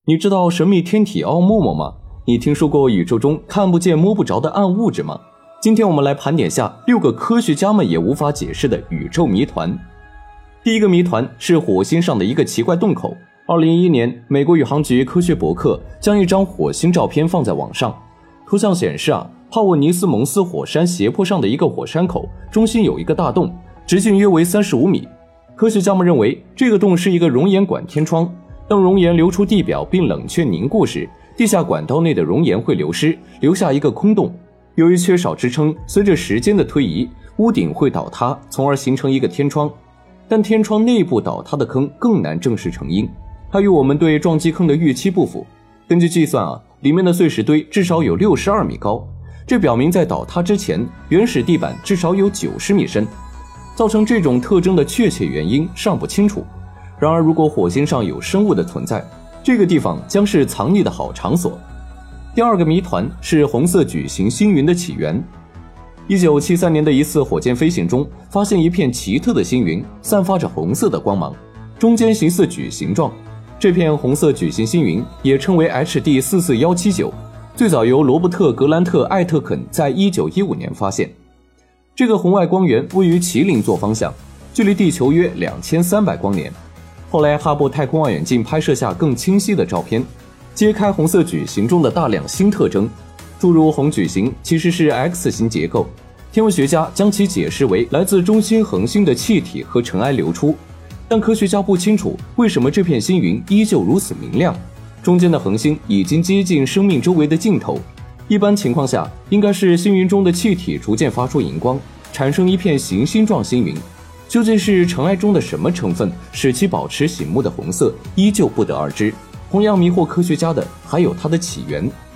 你知道神秘天体奥陌陌吗？你听说过宇宙中看不见摸不着的暗物质吗？今天我们来盘点下6个科学家们也无法解释的宇宙谜团。第一个谜团是火星上的一个奇怪洞口。2011年，美国宇航局科学博客将一张火星照片放在网上，图像显示帕沃尼斯蒙斯火山斜坡上的一个火山口中心有一个大洞，直径约为35米。科学家们认为这个洞是一个熔岩管天窗，当熔岩流出地表并冷却凝固时，地下管道内的熔岩会流失，留下一个空洞。由于缺少支撑，随着时间的推移，屋顶会倒塌，从而形成一个天窗。但天窗内部倒塌的坑更难证实成因，它与我们对撞击坑的预期不符。根据计算里面的碎石堆至少有62米高，这表明在倒塌之前，原始地板至少有90米深。造成这种特征的确切原因尚不清楚。然而，如果火星上有生物的存在，这个地方将是藏匿的好场所。第二个谜团是红色矩形星云的起源。1973年的一次火箭飞行中，发现一片奇特的星云，散发着红色的光芒，中间形似矩形状。这片红色矩形星云也称为 HD44179，最早由罗伯特·格兰特·艾特肯在1915年发现。这个红外光源位于麒麟座方向，距离地球约2300光年。后来哈勃太空望远镜拍摄下更清晰的照片，揭开红色矩形中的大量新特征，诸如红矩形其实是 X 型结构，天文学家将其解释为来自中心恒星的气体和尘埃流出，但科学家不清楚为什么这片星云依旧如此明亮，中间的恒星已经接近生命周围的尽头。一般情况下，应该是星云中的气体逐渐发出荧光，产生一片行星状星云。究竟是尘埃中的什么成分使其保持醒目的红色，依旧不得而知。同样迷惑科学家的还有它的起源。